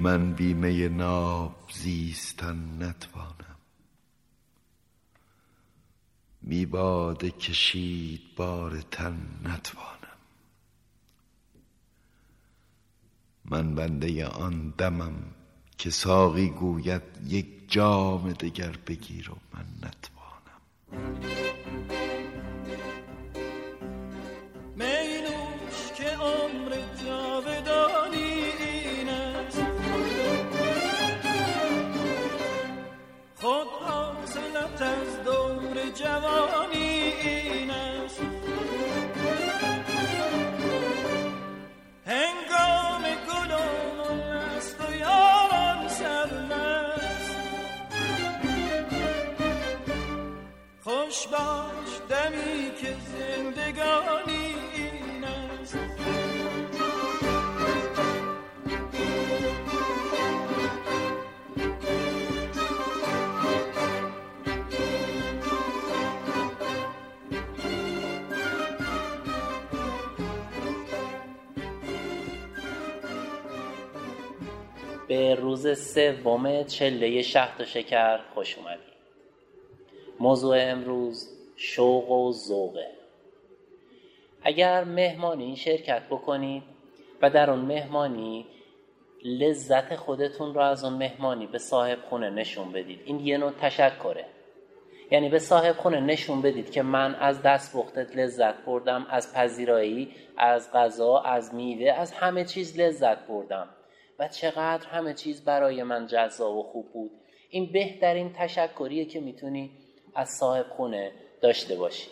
من بی می ناب زیستن نتوانم، بی باده کشید بار تن نتوانم. من بنده آن دمم که ساقی گوید یک جام دگر بگیر و من نتوانم. می نوش که عمر جاودانی این است، خود حاصلت از دور جوانی این است. هنگام گل و مل است و یاران سرمست، خوش باش دمی که زندگانی این است. به روز سوم چله شهد و شکر خوش اومدید. موضوع امروز شوق و ذوقه. اگر مهمانی شرکت بکنید و در اون مهمانی لذت خودتون رو از اون مهمانی به صاحب خونه نشون بدید، این یه نوع تشکره. یعنی به صاحب خونه نشون بدید که من از دستپختت لذت بردم، از پذیرایی، از غذا، از میوه، از همه چیز لذت بردم و چقدر همه چیز برای من جذاب و خوب بود. این بهترین تشکریه که میتونی از صاحب خونه داشته باشی.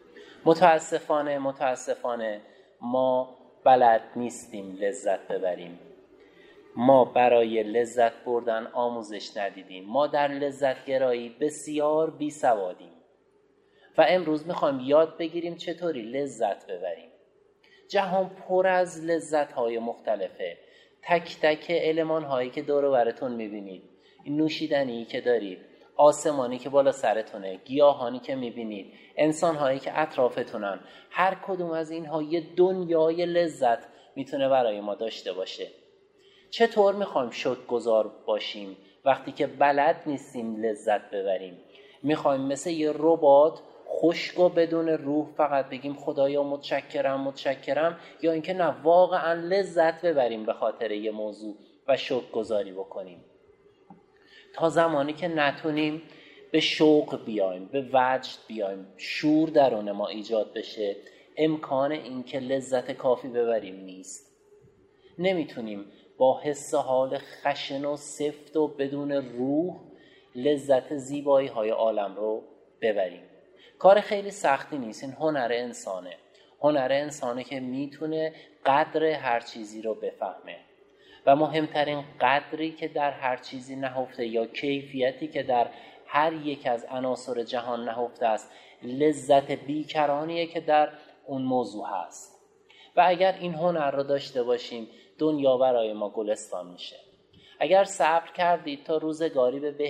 متاسفانه ما بلد نیستیم لذت ببریم. ما برای لذت بردن آموزش ندیدیم. ما در لذت گرایی بسیار بی سوادیم و امروز میخوایم یاد بگیریم چطوری لذت ببریم. جهان پر از لذت‌های مختلفه. تک تک المان هایی که دور و براتون میبینید، این نوشیدنی که دارید، آسمانی که بالا سرتونه، گیاهانی که میبینید، انسان هایی که اطرافتونن، هر کدوم از اینها یه دنیای لذت میتونه برای ما داشته باشه. چطور میخوایم شکرگزار باشیم وقتی که بلد نیستیم لذت ببریم؟ میخوایم مثل یه ربات خشک و بدون روح فقط بگیم خدایا متشکرم، یا اینکه نه، واقعا لذت ببریم به خاطر یه موضوع و شکرگزاری بکنیم؟ تا زمانی که نتونیم به شوق بیایم، به وجد بیایم، شور درون ما ایجاد بشه، امکان این که لذت کافی ببریم نیست. نمیتونیم با حس حال خشن و سفت و بدون روح لذت زیبایی های عالم رو ببریم. کار خیلی سختی نیست. این هنر انسانه که میتونه قدر هر چیزی رو بفهمه و مهمترین قدری که در هر چیزی نهفته یا کیفیتی که در هر یک از عناصر جهان نهفته است، لذت بیکرانیه که در اون موضوع هست. و اگر این هنر رو داشته باشیم، دنیا برای ما گلستان میشه. اگر صبر کردید تا روزگاری به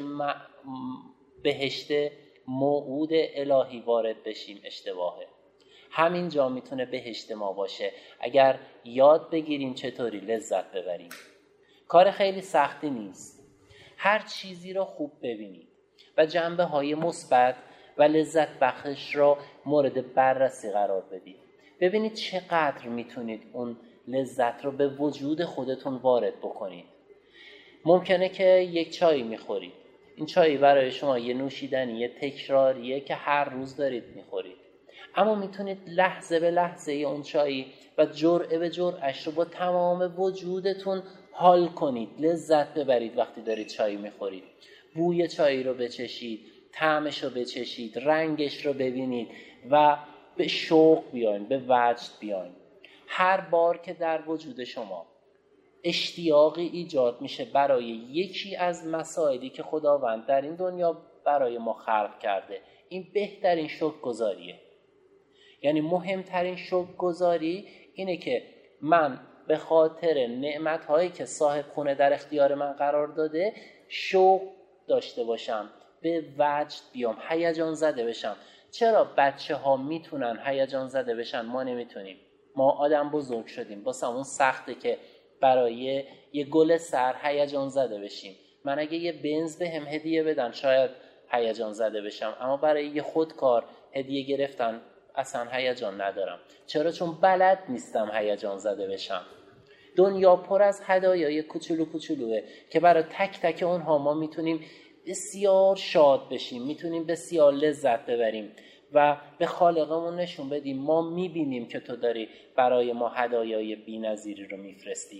بهشت موعود الهی وارد بشیم، اشتباهه. همین جا میتونه بهشت ما باشه اگر یاد بگیریم چطوری لذت ببریم. کار خیلی سختی نیست. هر چیزی رو خوب ببینید و جنبه های مثبت و لذت بخش را مورد بررسی قرار بدید. ببینید چقدر میتونید اون لذت رو به وجود خودتون وارد بکنید. ممکنه که یک چای میخورید. این چای برای شما یه نوشیدنی، یه تکراریه که هر روز دارید میخورید. اما میتونید لحظه به لحظه اون چای و جرعه به جرعش رو با تمام وجودتون حال کنید، لذت ببرید. وقتی دارید چای میخورید، بوی چای رو بچشید، طعمش رو بچشید، رنگش رو ببینید و به شوق بیاین، به وجد بیاین. هر بار که در وجود شما اشتیاقی ایجاد میشه برای یکی از مسائلی که خداوند در این دنیا برای ما خلق کرده، این بهترین شکرگزاریه. یعنی مهمترین شکرگزاری اینه که من به خاطر نعمت‌هایی که صاحب خونه در اختیار من قرار داده شوق داشته باشم، به وجد بیام، هیجان زده بشم. چرا بچه‌ها میتونن هیجان زده بشن، ما نمیتونیم؟ ما آدم بزرگ شدیم، واسمون سخته که برای یه گل سر هیجان زده بشیم. من اگه یه بنز بهم هدیه بدن شاید هیجان زده بشم، اما برای یه خودکار هدیه گرفتن اصلا هیجان ندارم. چرا؟ چون بلد نیستم هیجان زده بشم. دنیا پر از هدایای کوچولو کوچولوه که برای تک تک اونها ما میتونیم بسیار شاد بشیم، میتونیم بسیار لذت ببریم و به خالقمون نشون بدیم ما میبینیم که تو داری برای ما هدایای بی‌نظیری رو میفرستی.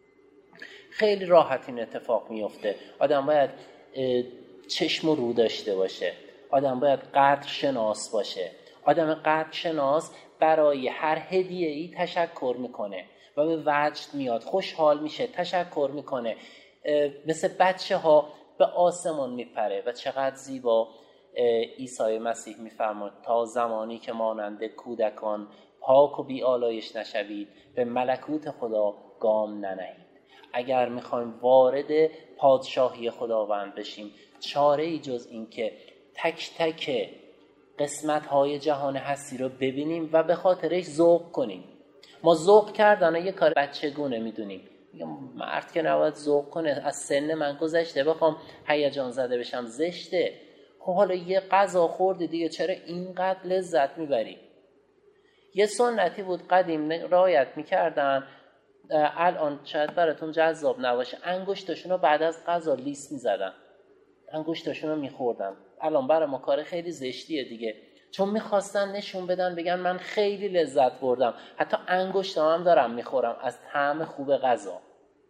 خیلی راحت این اتفاق میفته. آدم باید چشم و رو داشته باشه، آدم باید قدر شناس باشه. آدم قدر شناس برای هر هدیه‌ای تشکر میکنه و به وجد میاد، خوشحال میشه، تشکر میکنه. مثل بچه ها به آسمان میپره و چقدر زیبا عیسی مسیح میفرماد تا زمانی که مانند کودکان پاک و بی آلایش نشوید به ملکوت خدا گام ننهید. اگر میخوایم وارد پادشاهی خداوند بشیم چاره ای جز این که تک تک قسمت های جهان هستی رو ببینیم و به خاطرش ذوق کنیم. ما ذوق کردن یه کار بچگونه میدونیم. میگم مرد که نباید ذوق کنه، از سن من گذشته بخوام هیجان زده بشم زشته. خب حالا یه غذا خوردی دیگه چرا اینقدر لذت میبری؟ یه سنتی بود قدیم رعایت میکردن، الان شاید براتون جذاب نباشه، انگشتاشون رو بعد از غذا لیس میزدن، انگشتاشون رو میخوردن. الان برای ما کار خیلی زشتیه دیگه، چون میخواستن نشون بدن بگن من خیلی لذت بردم، حتی انگشتام هم دارم میخورم از طعم خوب غذا.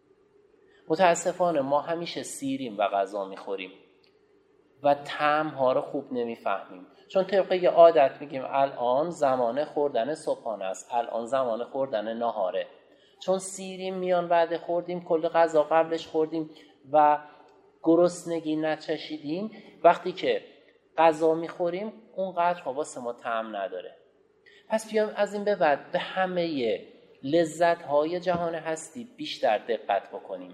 متاسفانه ما همیشه سیریم و غذا میخوریم و طعم ها رو خوب نمیفهمیم، چون طبق یه عادت میگیم الان زمان خوردن صبحانه است، الان زمان خوردن ناهاره. چون سیریم میان بعد خوردیم، کل غذا قبلش خوردیم و گرسنگی نچشیدیم، وقتی که غذا میخوریم اونقدر واسه ما طعم نداره. پس بیام از این به بعد به همه لذت های جهان هستی بیشتر دقت بکنیم.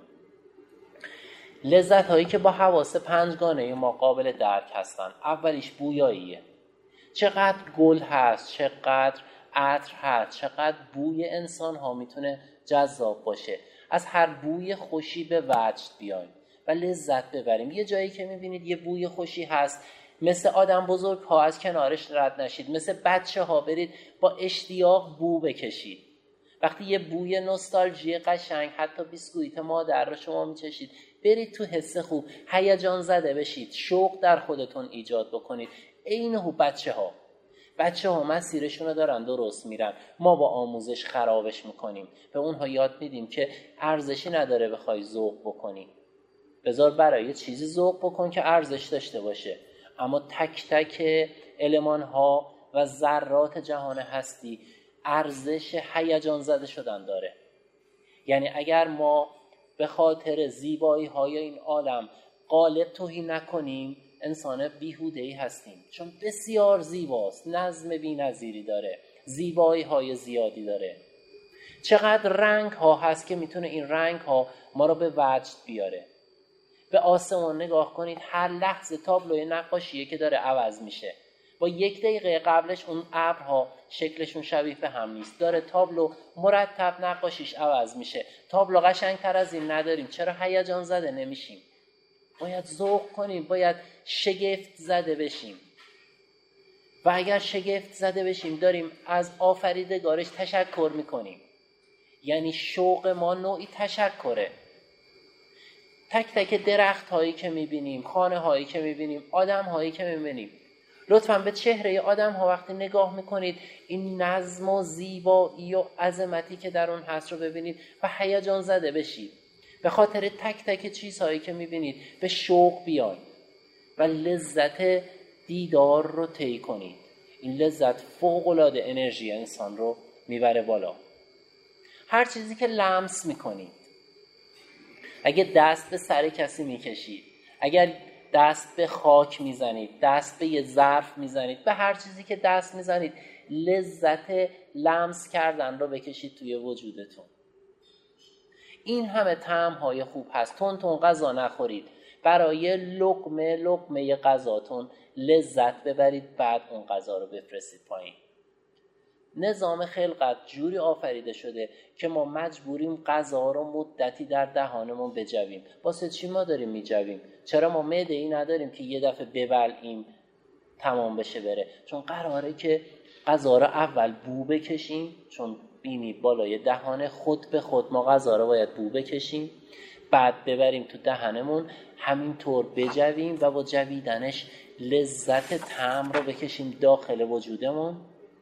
لذت هایی که با حواس پنجگانه ما قابل درک هستن. اولیش بویاییه. چقدر گل هست، چقدر عطر هست، چقدر بوی انسان ها میتونه جذاب باشه. از هر بوی خوشی به وجد بیایم و لذت ببریم. یه جایی که میبینید یه بوی خوشی هست، مثل آدم بزرگ ها از کنارش رد نشید، مثل بچه ها برید با اشتیاق بو بکشید. وقتی یه بوی نوستالژی قشنگ، حتی بیسکویت مادر رو شما میچشید، برید تو حس خوب، هیجان زده بشید، شوق در خودتون ایجاد بکنید. اینو بچه ها مسیرشون رو دارن درست میرن، ما با آموزش خرابش میکنیم. به اونها یاد میدیم که ارزشی نداره بخوای ذوق بکنی، بذار برای چیزی ذوق بکن که ارزش داشته باشه. اما تک تک المان ها و ذرات جهان هستی ارزش هیجان زده شدن داره. یعنی اگر ما به خاطر زیبایی های این عالم غالب توهین نکنیم، انسان بیهوده‌ای هستیم، چون بسیار زیباست، نظم بی‌نظیری داره، زیبایی های زیادی داره. چقدر رنگ ها هست که میتونه این رنگ ها ما رو به وجد بیاره. به آسمان نگاه کنید، هر لحظه تابلوی نقاشیه که داره عوض میشه. با 1 دقیقه قبلش اون ابرها شکلشون شبیه به هم نیست، داره تابلو مرتب نقاشیش عوض میشه. تابلو قشنگتر از این نداریم. چرا هیجان زده نمیشیم؟ باید ذوق کنیم، باید شگفت زده بشیم. و اگر شگفت زده بشیم داریم از آفریدگارش تشکر میکنیم. یعنی شوق ما نوعی تشکره. تک تک درخت هایی که میبینیم، خانه هایی که میبینیم، آدم هایی که میبینیم، لطفاً به چهره آدم ها وقتی نگاه میکنید این نظم و زیبایی و عظمتی که در اون هست رو ببینید و هیجان زده بشید. به خاطر تک تک چیزهایی که میبینید به شوق بیاین و لذت دیدار رو طی کنید. این لذت فوق‌العاده انرژی انسان رو میبره بالا. هر چیزی که لمس میکنید، اگه دست به سر کسی میکشید، اگر دست به خاک میزنید، دست به یه ظرف میزنید، به هر چیزی که دست میزنید، لذت لمس کردن رو بکشید توی وجودتون. این همه طعم‌های خوب هست. تون غذا نخورید، برای لقمه غذاتون لذت ببرید، بعد اون غذا رو بفرستید پایین. نظام خلقت جوری آفریده شده که ما مجبوریم غذا رو مدتی در دهانمون بجویم. واسه چی ما داریم میجویم؟ چرا ما معده‌ای نداریم که یه دفعه ببلعیم تمام بشه بره؟ چون قراره که غذا رو اول بو بکشیم، چون بینی بالای دهانه، خود به خود ما غذا رو باید بو بکشیم، بعد ببریم تو دهنمون، همینطور بجویم و با جویدنش لذت طعم رو بکشیم داخل وجودمون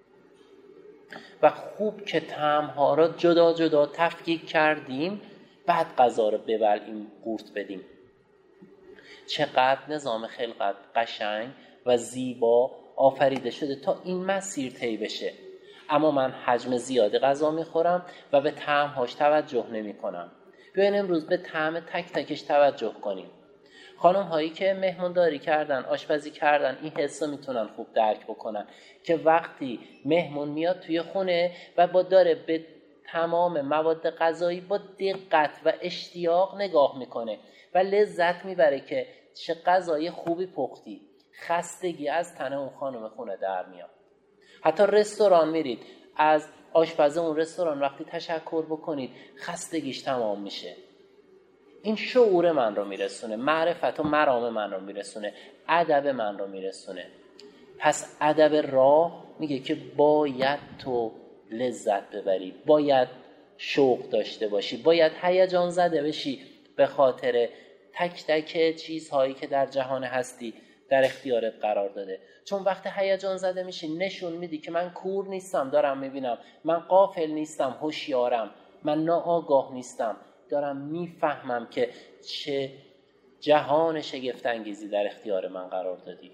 و خوب که طعم‌ها رو جدا جدا تفکیک کردیم، بعد غذا رو ببلعیم، قورت بدیم. چقدر نظام خلقت قشنگ و زیبا آفریده شده تا این مسیر طی بشه. اما من حجم زیاد غذا میخورم و به طعم‌هاش توجه نمی‌کنم. بیاین امروز به طعم تک تکش توجه کنیم. خانم هایی که مهمونداری کردن، آشپزی کردن، این حس رو میتونن خوب درک بکنن که وقتی مهمون میاد توی خونه و با داره به تمام مواد غذایی با دقت و اشتیاق نگاه میکنه و لذت میبره که چه غذای خوبی پختی، خستگی از تن اون خانم خونه در میاد. حتی رستوران میرید، از آشپز اون رستوران وقتی تشکر بکنید خستگیش تمام میشه. این شعور من رو میرسونه، معرفت و مرام من رو میرسونه، ادب من رو میرسونه. پس ادب راه میگه که باید تو لذت ببری، باید شوق داشته باشی، باید هیجان زده بشی به خاطر تک تک چیزهایی که در جهان هستی در اختیارت قرار داده. چون وقتی هیجان زده میشی نشون میدی که من کور نیستم، دارم میبینم، من غافل نیستم، هوشیارم، من ناآگاه نیستم، دارم میفهمم که چه جهان شگفت انگیزی در اختیار من قرار دادی.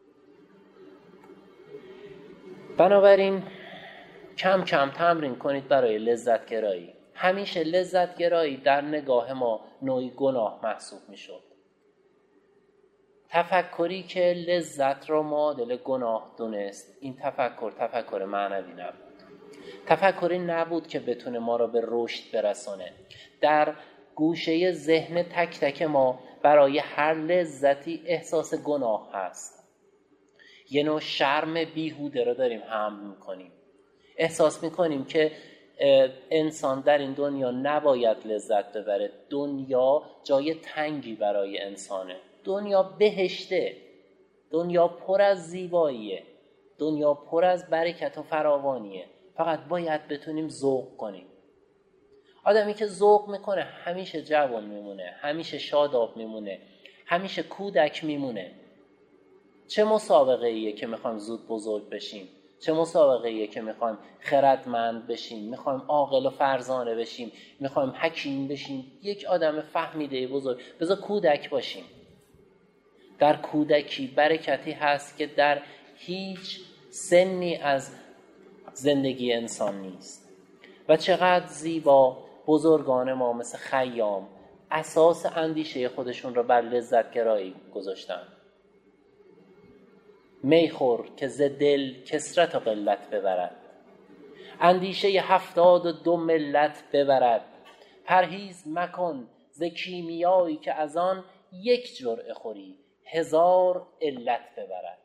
بنابراین کم کم تمرین کنید برای لذت گرایی. همیشه لذت گرایی در نگاه ما نوعی گناه محسوب میشد. تفکری که لذت را معادل گناه دونست، این تفکر معنوی نبود. تفکری نبود که بتونه ما را به رشد برسونه. در گوشه ذهن تک تک ما برای هر لذتی احساس گناه هست. یه نوع شرم بیهوده رو داریم حمل میکنیم. احساس میکنیم که انسان در این دنیا نباید لذت ببره. دنیا جای تنگی برای انسانه. دنیا بهشته. دنیا پر از زیباییه. دنیا پر از برکت و فراوانیه. فقط باید بتونیم ذوق کنیم. آدمی که ذوق میکنه همیشه جوان میمونه، همیشه شاداب میمونه، همیشه کودک میمونه. چه مسابقه ایه که میخوایم زود بزرگ بشیم؟ چه مسابقه ایه که میخوایم خردمند بشیم، میخوایم عاقل و فرزانه بشیم، میخوایم حکیم بشیم، یک آدم فهمیده بزرگ؟ بذار کودک باشیم. در کودکی برکتی هست که در هیچ سنی از زندگی انسان نیست. و چقدر زیبا بزرگان ما مثل خیام اساس اندیشه خودشون رو بر لذت گرایی گذاشتن. میخور که ز دل کثرت و قلت ببرد، اندیشه 72 ملت ببرد. پرهیز مکن ز کیمیایی که از آن یک جرعه خوری 1000 علت ببرد.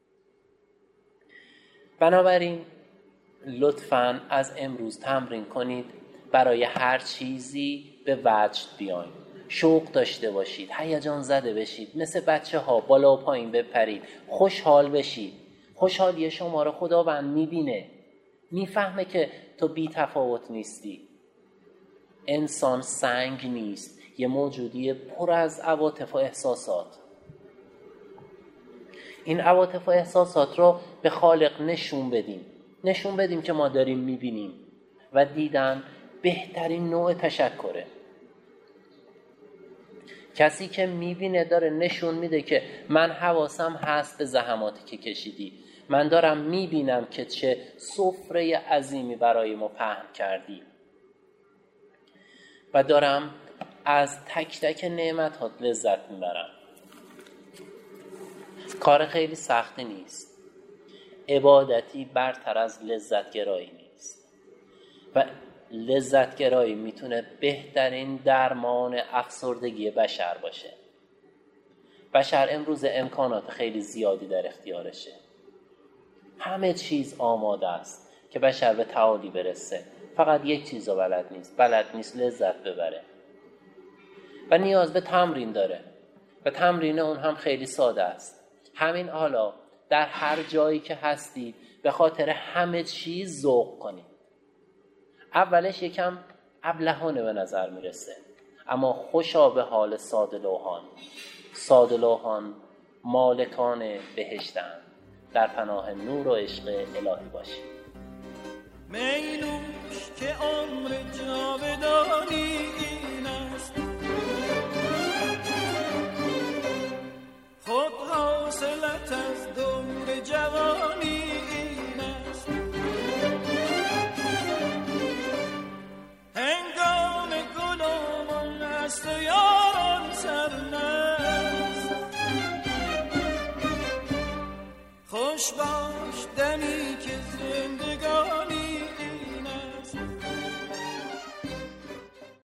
بنابراین لطفاً از امروز تمرین کنید برای هر چیزی به وجد بیاین. شوق داشته باشید، هیجان زده بشید، مثل بچه ها بالا و پایین بپرید، خوشحال بشید. خوشحالی شما رو خداوند میبینه، میفهمه که تو بی تفاوت نیستی. انسان سنگ نیست، یه موجودی پر از عواطف و احساسات. این عواطف و احساسات رو به خالق نشون بدیم که ما داریم میبینیم و دیدن بهترین نوع تشکره. کسی که میبینه داره نشون میده که من حواسم هست به زحماتی که کشیدی، من دارم میبینم که چه سفره عظیمی برای ما پهن کردی و دارم از تک تک نعمتات لذت میبرم. کار خیلی سختی نیست. عبادتی برتر از لذت گرایی نیست و لذت گرایی میتونه بهترین درمان افسردگی بشر باشه. بشر امروز امکانات خیلی زیادی در اختیارشه، همه چیز آماده است، که بشر به تعالی برسه. فقط یک چیز رو بلد نیست لذت ببره و نیاز به تمرین داره و تمرین اون هم خیلی ساده است. همین حالا در هر جایی که هستید به خاطر همه چیز ذوق کنید. اولش یکم ابلهانه به نظر میرسه، اما خوشا به حال ساده لوحان مالکان بهشتند. در پناه نور و عشق الهی باشید. مینوش که عمر جاودانی این است، خود حاصلت از دور جوانی این است. هنگام گلومون است و یاران سرمست، خوش باش دمی